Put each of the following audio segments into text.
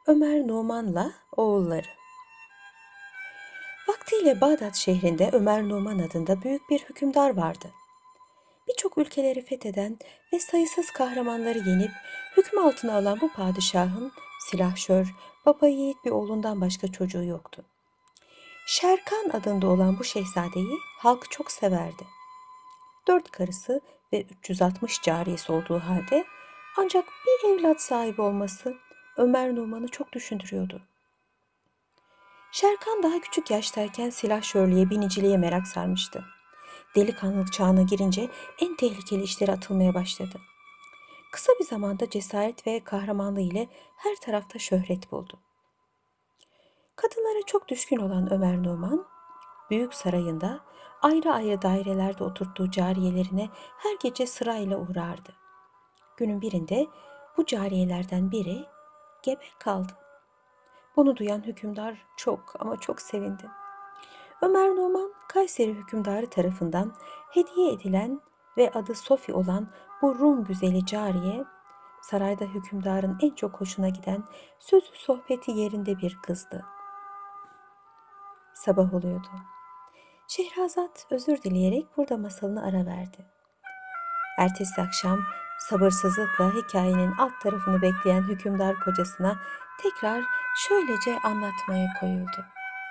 Ömer Numan'la oğulları. Vaktiyle Bağdat şehrinde Ömer Numan adında büyük bir hükümdar vardı. Birçok ülkeleri fetheden ve sayısız kahramanları yenip hüküm altına alan bu padişahın silahşör, baba yiğit bir oğlundan başka çocuğu yoktu. Şerkan adında olan bu şehzadeyi halk çok severdi. 4 karısı ve 360 cariyesi olduğu halde ancak bir evlat sahibi olması Ömer Numan'ı çok düşündürüyordu. Şerkan daha küçük yaştayken silahşörlüğe, biniciliğe merak sarmıştı. Delikanlılık çağına girince en tehlikeli işlere atılmaya başladı. Kısa bir zamanda cesaret ve kahramanlığı ile her tarafta şöhret buldu. Kadınlara çok düşkün olan Ömer Numan, büyük sarayında ayrı ayrı dairelerde oturttuğu cariyelerine her gece sırayla uğrardı. Günün birinde bu cariyelerden biri gebe kaldı. Bunu duyan hükümdar çok ama çok sevindi. Ömer Numan, Kayseri hükümdarı tarafından hediye edilen ve adı Sofi olan bu Rum güzeli cariye, sarayda hükümdarın en çok hoşuna giden sözü sohbeti yerinde bir kızdı. Sabah oluyordu. Şehrazat özür dileyerek burada masalını ara verdi. Ertesi akşam sabırsızlıkla hikayenin alt tarafını bekleyen hükümdar kocasına tekrar şöylece anlatmaya koyuldu.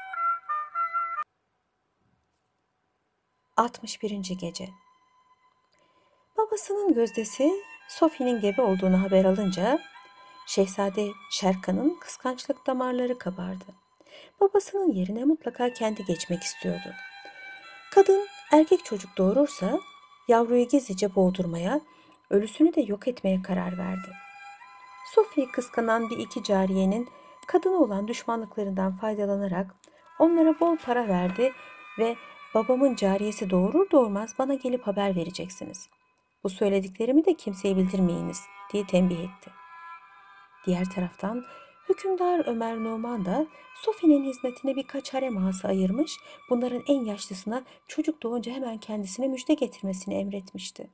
61. Gece. Babasının gözdesi Sophie'nin gebe olduğunu haber alınca Şehzade Şerkan'ın kıskançlık damarları kabardı. Babasının yerine mutlaka kendi geçmek istiyordu. Kadın erkek çocuk doğurursa yavruyu gizlice boğdurmaya, ölüsünü de yok etmeye karar verdi. Sophie kıskanan bir iki cariyenin kadına olan düşmanlıklarından faydalanarak onlara bol para verdi ve babamın cariyesi doğurur doğurmaz bana gelip haber vereceksiniz. Bu söylediklerimi de kimseye bildirmeyiniz diye tembih etti. Diğer taraftan hükümdar Ömer Numan da Sofi'nin hizmetine birkaç harem ağası ayırmış, bunların en yaşlısına çocuk doğunca hemen kendisine müjde getirmesini emretmişti.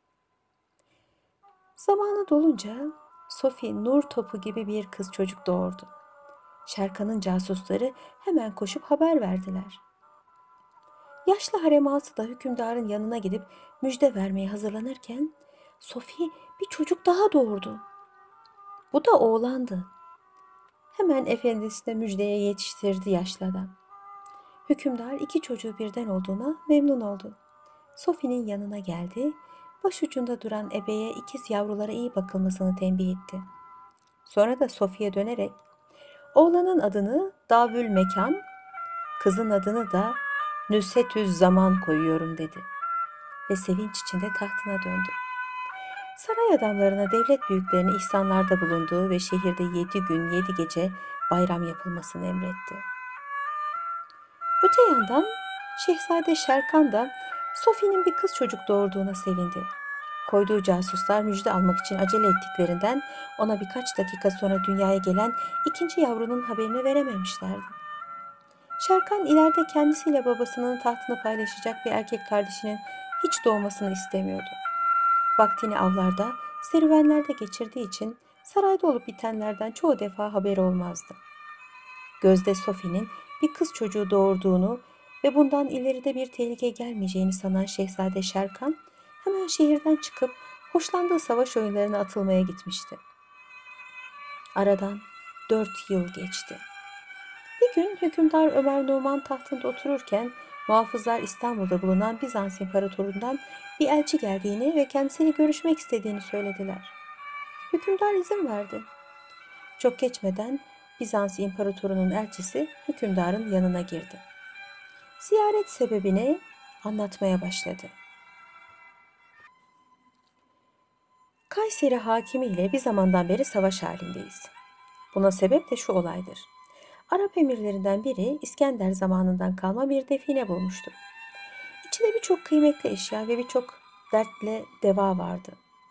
Zamanı dolunca Sophie nur topu gibi bir kız çocuk doğurdu. Şerkan'ın casusları hemen koşup haber verdiler. Yaşlı harem ağası da hükümdarın yanına gidip müjde vermeye hazırlanırken Sophie bir çocuk daha doğurdu. Bu da oğlandı. Hemen efendisine müjdeye yetiştirdi yaşlı adam. Hükümdar iki çocuğu birden olduğuna memnun oldu. Sophie'nin yanına geldi, başucunda duran ebeye ikiz yavrulara iyi bakılmasını tembih etti. Sonra da Sophie'ye dönerek, oğlanın adını Davül Mekan, kızın adını da Nüsetüz Zaman koyuyorum dedi. Ve sevinç içinde tahtına döndü. Saray adamlarına devlet büyüklerine ihsanlarda bulunduğu ve şehirde 7 gün 7 gece bayram yapılmasını emretti. Öte yandan Şehzade Şerkan da Sophie'nin bir kız çocuk doğurduğuna sevindi. Koyduğu casuslar müjde almak için acele ettiklerinden ona birkaç dakika sonra dünyaya gelen ikinci yavrunun haberini verememişlerdi. Şerkan ileride kendisiyle babasının tahtını paylaşacak bir erkek kardeşinin hiç doğmasını istemiyordu. Vaktini avlarda, serüvenlerde geçirdiği için sarayda olup bitenlerden çoğu defa haberi olmazdı. Gözde Sophie'nin bir kız çocuğu doğurduğunu ve bundan ileride bir tehlike gelmeyeceğini sanan Şehzade Şerkan hemen şehirden çıkıp hoşlandığı savaş oyunlarına atılmaya gitmişti. Aradan 4 yıl geçti. Bir gün hükümdar Ömer Numan tahtında otururken muhafızlar İstanbul'da bulunan Bizans İmparatorundan bir elçi geldiğini ve kendisiyle görüşmek istediğini söylediler. Hükümdar izin verdi. Çok geçmeden Bizans İmparatorunun elçisi hükümdarın yanına girdi. Ziyaret sebebini anlatmaya başladı. Kayseri hakimi ile bir zamandan beri savaş halindeyiz. Buna sebep de şu olaydır. Arap emirlerinden biri İskender zamanından kalma bir define bulmuştu. İçinde birçok kıymetli eşya ve birçok dertle deva vardı.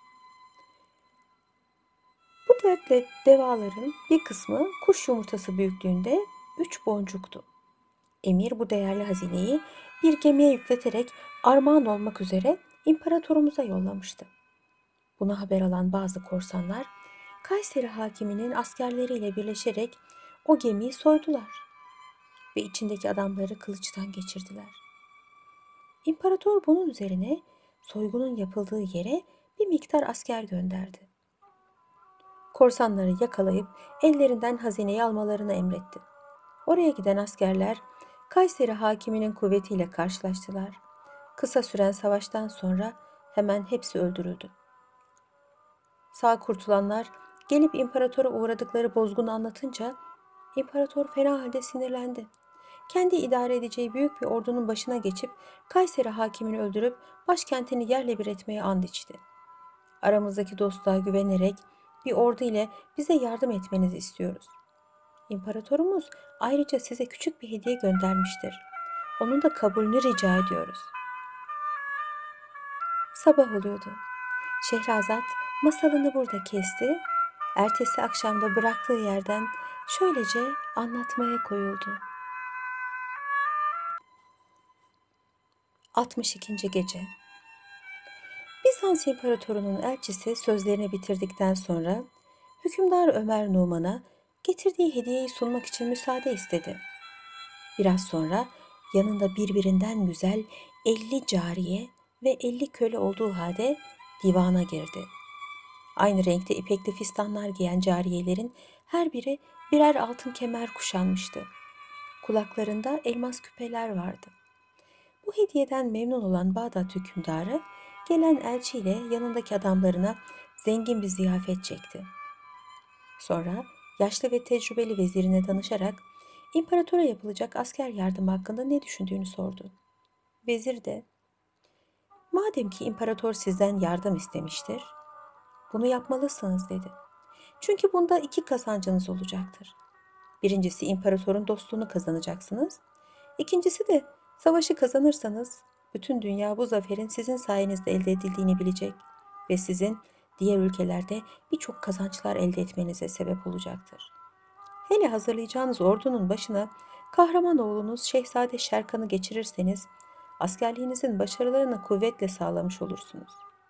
Bu dertle devaların bir kısmı kuş yumurtası büyüklüğünde 3 boncuktu. Emir bu değerli hazineyi bir gemiye yükleterek armağan olmak üzere imparatorumuza yollamıştı. Bunu haber alan bazı korsanlar Kayseri hakiminin askerleriyle birleşerek o gemiyi soydular ve içindeki adamları kılıçtan geçirdiler. İmparator bunun üzerine soygunun yapıldığı yere bir miktar asker gönderdi. Korsanları yakalayıp ellerinden hazineyi almalarını emretti. Oraya giden askerler Kayseri hakiminin kuvvetiyle karşılaştılar. Kısa süren savaştan sonra hemen hepsi öldürüldü. Sağ kurtulanlar gelip imparatora uğradıkları bozgunu anlatınca imparator fena halde sinirlendi. Kendi idare edeceği büyük bir ordunun başına geçip Kayseri hakimini öldürüp başkentini yerle bir etmeye and içti. Aramızdaki dostluğa güvenerek bir ordu ile bize yardım etmenizi istiyoruz. İmparatorumuz ayrıca size küçük bir hediye göndermiştir. Onun da kabulünü rica ediyoruz. Sabah oluyordu. Şehrazat masalını burada kesti. Ertesi akşamda bıraktığı yerden şöylece anlatmaya koyuldu. 62. Gece. Bizans İmparatorunun elçisi sözlerini bitirdikten sonra hükümdar Ömer Numan'a getirdiği hediyeyi sunmak için müsaade istedi. Biraz sonra yanında birbirinden güzel 50 cariye ve 50 köle olduğu halde divana girdi. Aynı renkte ipekli fistanlar giyen cariyelerin her biri birer altın kemer kuşanmıştı. Kulaklarında elmas küpeler vardı. Bu hediyeden memnun olan Bağdat hükümdarı gelen elçiyle yanındaki adamlarına zengin bir ziyafet çekti. Sonra yaşlı ve tecrübeli vezirine danışarak imparatora yapılacak asker yardımı hakkında ne düşündüğünü sordu. Vezir de, "Madem ki imparator sizden yardım istemiştir, bunu yapmalısınız," dedi. "Çünkü bunda iki kazancınız olacaktır. Birincisi imparatorun dostluğunu kazanacaksınız. İkincisi de savaşı kazanırsanız bütün dünya bu zaferin sizin sayenizde elde edildiğini bilecek ve sizin diğer ülkelerde birçok kazançlar elde etmenize sebep olacaktır. Hele hazırlayacağınız ordunun başına kahraman oğlunuz Şehzade Şerkan'ı geçirirseniz askerliğinizin başarılarını kuvvetle sağlamış olursunuz."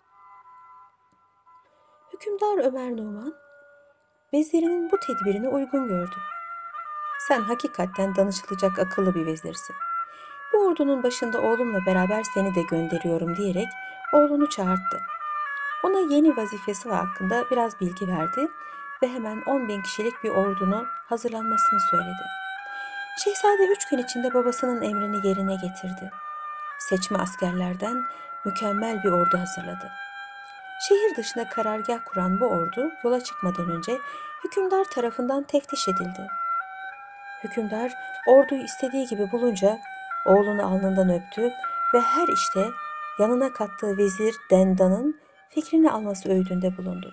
Hükümdar Ömer Numan vezirinin bu tedbirini uygun gördü. "Sen hakikaten danışılacak akıllı bir vezirsin. Bu ordunun başında oğlumla beraber seni de gönderiyorum," diyerek oğlunu çağırttı. Ona yeni vazifesi hakkında biraz bilgi verdi ve hemen 10.000 kişilik bir ordunun hazırlanmasını söyledi. Şehzade 3 gün içinde babasının emrini yerine getirdi. Seçme askerlerden mükemmel bir ordu hazırladı. Şehir dışına karargah kuran bu ordu yola çıkmadan önce hükümdar tarafından teftiş edildi. Hükümdar orduyu istediği gibi bulunca oğlunu alnından öptü ve her işte yanına kattığı vezir Dendan'ın fikrini alması öğüdünde bulundu.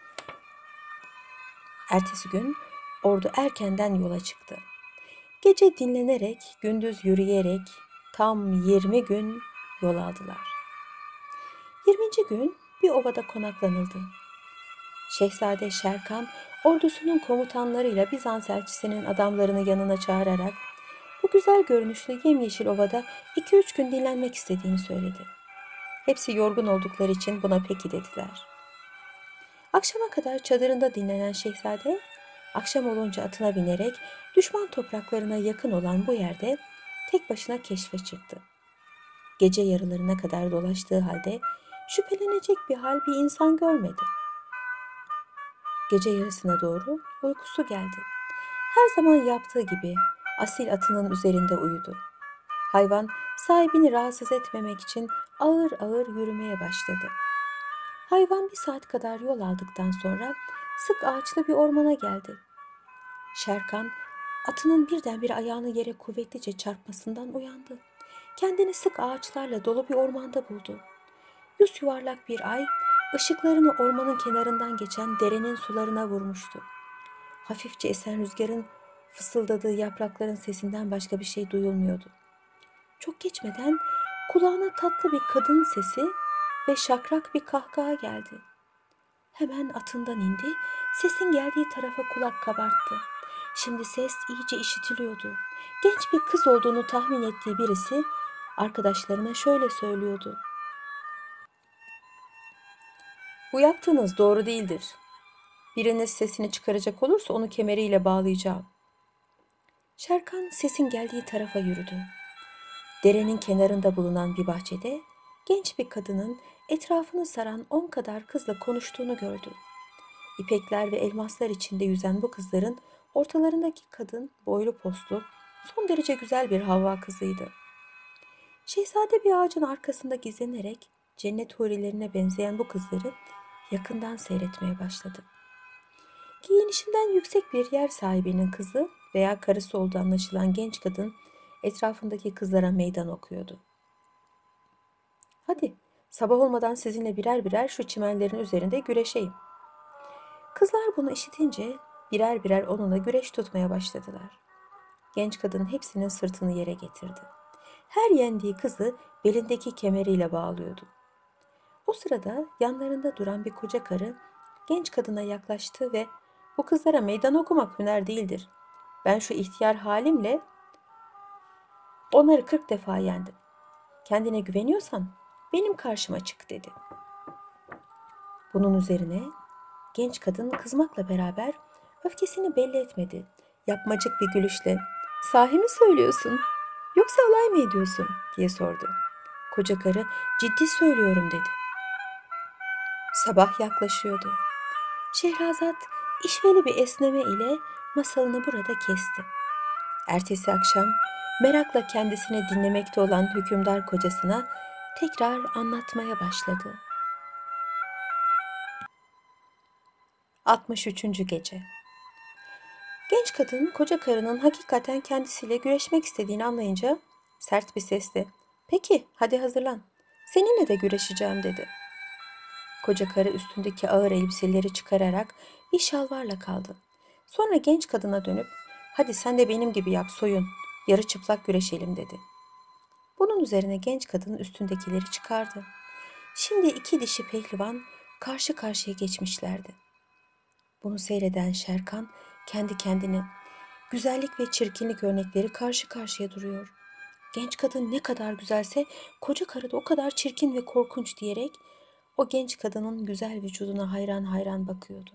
Ertesi gün ordu erkenden yola çıktı. Gece dinlenerek, gündüz yürüyerek tam 20 gün yol aldılar. 20. gün bir ovada konaklanıldı. Şehzade Şerkan ordusunun komutanlarıyla Bizans elçisinin adamlarını yanına çağırarak bu güzel görünüşlü yemyeşil ovada 2-3 gün dinlenmek istediğini söyledi. Hepsi yorgun oldukları için buna peki dediler. Akşama kadar çadırında dinlenen şehzade, akşam olunca atına binerek düşman topraklarına yakın olan bu yerde tek başına keşfe çıktı. Gece yarılarına kadar dolaştığı halde şüphelenecek bir hal bir insan görmedi. Gece yarısına doğru uykusu geldi. Her zaman yaptığı gibi asil atının üzerinde uyudu. Hayvan sahibini rahatsız etmemek için ağır ağır yürümeye başladı. Hayvan bir saat kadar yol aldıktan sonra sık ağaçlı bir ormana geldi. Şerkan atının birdenbire ayağını yere kuvvetlice çarpmasından uyandı. Kendini sık ağaçlarla dolu bir ormanda buldu. Yuvarlak bir ay ışıklarını ormanın kenarından geçen derenin sularına vurmuştu. Hafifçe esen rüzgarın fısıldadığı yaprakların sesinden başka bir şey duyulmuyordu. Çok geçmeden kulağına tatlı bir kadın sesi ve şakrak bir kahkaha geldi. Hemen atından indi, sesin geldiği tarafa kulak kabarttı. Şimdi ses iyice işitiliyordu. Genç bir kız olduğunu tahmin ettiği birisi arkadaşlarına şöyle söylüyordu: "Bu yaptığınız doğru değildir. Biriniz sesini çıkaracak olursa onu kemeriyle bağlayacağım. Şerkan sesin geldiği tarafa yürüdü. Derenin kenarında bulunan bir bahçede genç bir kadının etrafını saran 10 kadar kızla konuştuğunu gördü. İpekler ve elmaslar içinde yüzen bu kızların ortalarındaki kadın boylu postlu, son derece güzel bir Havva kızıydı. Şehzade bir ağacın arkasında gizlenerek cennet hurilerine benzeyen bu kızları yakından seyretmeye başladı. Giyinişinden yüksek bir yer sahibinin kızı veya karısı olduğu anlaşılan genç kadın etrafındaki kızlara meydan okuyordu. Hadi sabah olmadan sizinle birer birer şu çimenlerin üzerinde güreşeyim. Kızlar bunu işitince birer birer onunla güreş tutmaya başladılar. Genç kadın hepsinin sırtını yere getirdi. Her yendiği kızı belindeki kemeriyle bağlıyordu. O sırada yanlarında duran bir koca karı genç kadına yaklaştı ve "Bu kızlara meydan okumak hüner değildir. Ben şu ihtiyar halimle onları 40 defa yendim. Kendine güveniyorsan benim karşıma çık," dedi. Bunun üzerine genç kadın kızmakla beraber öfkesini belli etmedi. Yapmacık bir gülüşle "Sahi mi söylüyorsun? Yoksa alay mı ediyorsun?" diye sordu. Koca karı "Ciddi söylüyorum," dedi. Sabah yaklaşıyordu. Şehrazat işveli bir esneme ile masalını burada kesti. Ertesi akşam merakla kendisini dinlemekte olan hükümdar kocasına tekrar anlatmaya başladı. 63. Gece. Genç kadın koca karının hakikaten kendisiyle güreşmek istediğini anlayınca sert bir sesle "Peki, hadi hazırlan. Seninle de güreşeceğim," dedi. Koca karı üstündeki ağır elbiseleri çıkararak bir şalvarla kaldı. Sonra genç kadına dönüp "Hadi sen de benim gibi yap, soyun. Yarı çıplak güreşelim," dedi. Bunun üzerine genç kadın üstündekileri çıkardı. Şimdi iki dişi pehlivan karşı karşıya geçmişlerdi. Bunu seyreden Şerkan kendi kendine güzellik ve çirkinlik örnekleri karşı karşıya duruyor. Genç kadın ne kadar güzelse koca karı da o kadar çirkin ve korkunç diyerek o genç kadının güzel vücuduna hayran hayran bakıyordu.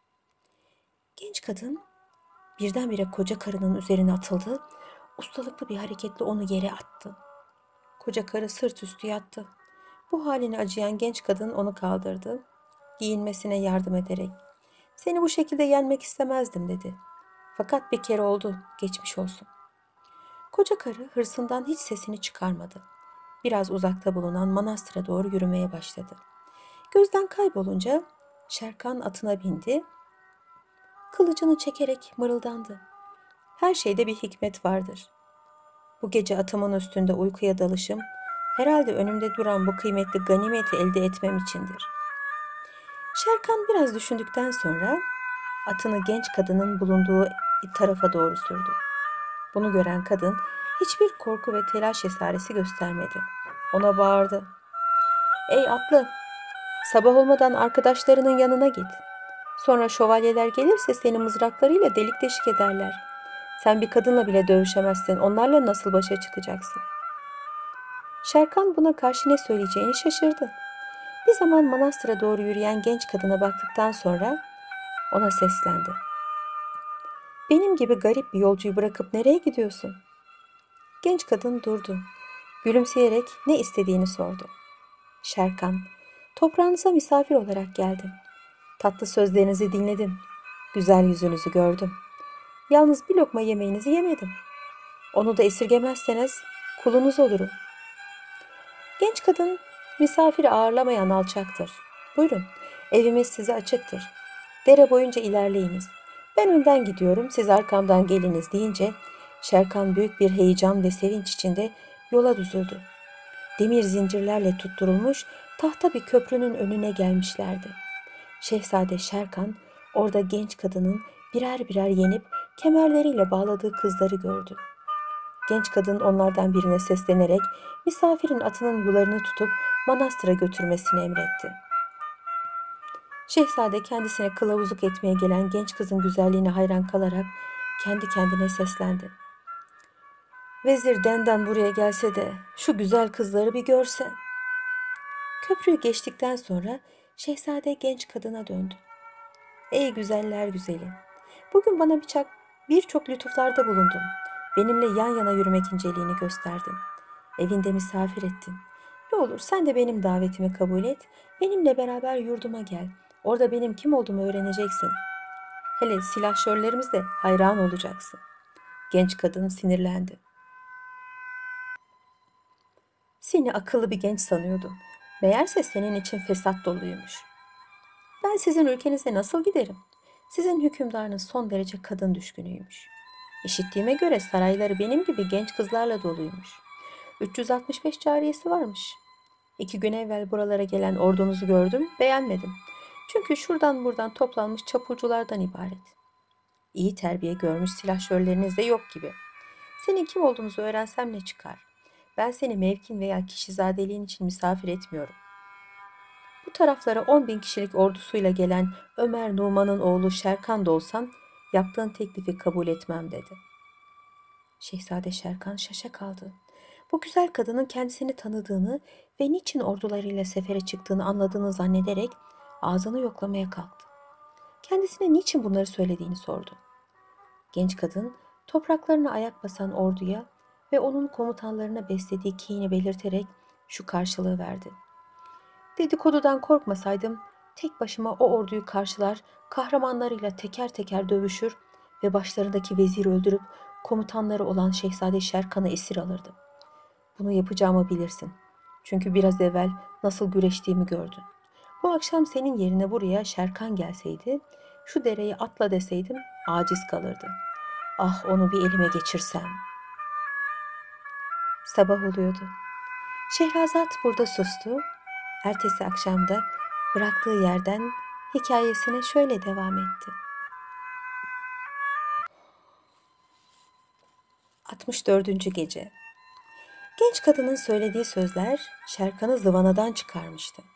Genç kadın birdenbire koca karının üzerine atıldı, ustalıklı bir hareketle onu yere attı. Koca karı sırt üstü yattı. Bu haline acıyan genç kadın onu kaldırdı, giyinmesine yardım ederek "Seni bu şekilde yenmek istemezdim," dedi. "Fakat bir kere oldu, geçmiş olsun." Koca karı hırsından hiç sesini çıkarmadı. Biraz uzakta bulunan manastıra doğru yürümeye başladı. Gözden kaybolunca Şerkan atına bindi, kılıcını çekerek mırıldandı. "Her şeyde bir hikmet vardır. Bu gece atımın üstünde uykuya dalışım, herhalde önümde duran bu kıymetli ganimeti elde etmem içindir." Şerkan biraz düşündükten sonra atını genç kadının bulunduğu tarafa doğru sürdü. Bunu gören kadın hiçbir korku ve telaş esaresi göstermedi. Ona bağırdı. "Ey atlı, sabah olmadan arkadaşlarının yanına git. Sonra şövalyeler gelirse seni mızraklarıyla delik deşik ederler. Sen bir kadınla bile dövüşemezsin. Onlarla nasıl başa çıkacaksın?" Şerkan buna karşı ne söyleyeceğini şaşırdı. Bir zaman manastıra doğru yürüyen genç kadına baktıktan sonra ona seslendi. "Benim gibi garip bir yolcuyu bırakıp nereye gidiyorsun?" Genç kadın durdu. Gülümseyerek ne istediğini sordu. Şerkan, "Toprağınıza misafir olarak geldim. Tatlı sözlerinizi dinledim. Güzel yüzünüzü gördüm. Yalnız bir lokma yemeğinizi yemedim. Onu da esirgemezseniz kulunuz olurum." Genç kadın, "Misafiri ağırlamayan alçaktır. Buyurun, evimiz size açıktır. Dere boyunca ilerleyiniz. Ben önden gidiyorum, siz arkamdan geliniz," deyince Şerkan büyük bir heyecan ve sevinç içinde yola düzüldü. Demir zincirlerle tutturulmuş tahta bir köprünün önüne gelmişlerdi. Şehzade Şerkan orada genç kadının birer birer yenip kemerleriyle bağladığı kızları gördü. Genç kadın onlardan birine seslenerek misafirin atının yularını tutup manastıra götürmesini emretti. Şehzade kendisine kılavuzluk etmeye gelen genç kızın güzelliğine hayran kalarak kendi kendine seslendi. "Vezir Dendan buraya gelse de şu güzel kızları bir görse." Köprüyü geçtikten sonra şehzade genç kadına döndü. Ey güzeller güzeli. Bugün bana birçok lütuflarda bulundun. Benimle yan yana yürümek inceliğini gösterdin. Evinde misafir ettin. Ne olur sen de benim davetimi kabul et. Benimle beraber yurduma gel. Orada benim kim olduğumu öğreneceksin. Hele silahşörlerimizle hayran olacaksın. Genç kadın sinirlendi. Seni akıllı bir genç sanıyordum. Meğerse senin için fesat doluymuş. Ben sizin ülkenize nasıl giderim? Sizin hükümdarınız son derece kadın düşkünüymüş. İşittiğime göre sarayları benim gibi genç kızlarla doluymuş. 365 cariyesi varmış. 2 gün evvel buralara gelen ordunuzu gördüm, beğenmedim. Çünkü şuradan buradan toplanmış çapulculardan ibaret. İyi terbiye görmüş silahşörleriniz de yok gibi. Senin kim olduğumuzu öğrensem ne çıkar? Ben seni mevkin veya kişizadeliğin için misafir etmiyorum. Bu taraflara 10 bin kişilik ordusuyla gelen Ömer Numan'ın oğlu Şerkan da olsan yaptığın teklifi kabul etmem dedi. Şehzade Şerkan şaşa kaldı. Bu güzel kadının kendisini tanıdığını ve niçin ordularıyla sefere çıktığını anladığını zannederek ağzını yoklamaya kalktı. Kendisine niçin bunları söylediğini sordu. Genç kadın topraklarına ayak basan orduya ve onun komutanlarına beslediği kini belirterek şu karşılığı verdi. Dedikodudan korkmasaydım tek başıma o orduyu karşılar, kahramanlarıyla teker teker dövüşür ve başlarındaki veziri öldürüp komutanları olan Şehzade Şerkan'ı esir alırdım. Bunu yapacağımı bilirsin. Çünkü biraz evvel nasıl güreştiğimi gördün. Bu akşam senin yerine buraya Şerkan gelseydi, şu dereyi atla deseydim aciz kalırdı. Ah onu bir elime geçirsem. Sabah oluyordu. Şehrazat burada sustu. Ertesi akşamda bıraktığı yerden hikayesine şöyle devam etti. 64. Gece. Genç kadının söylediği sözler Şerkan'ı zıvanadan çıkarmıştı.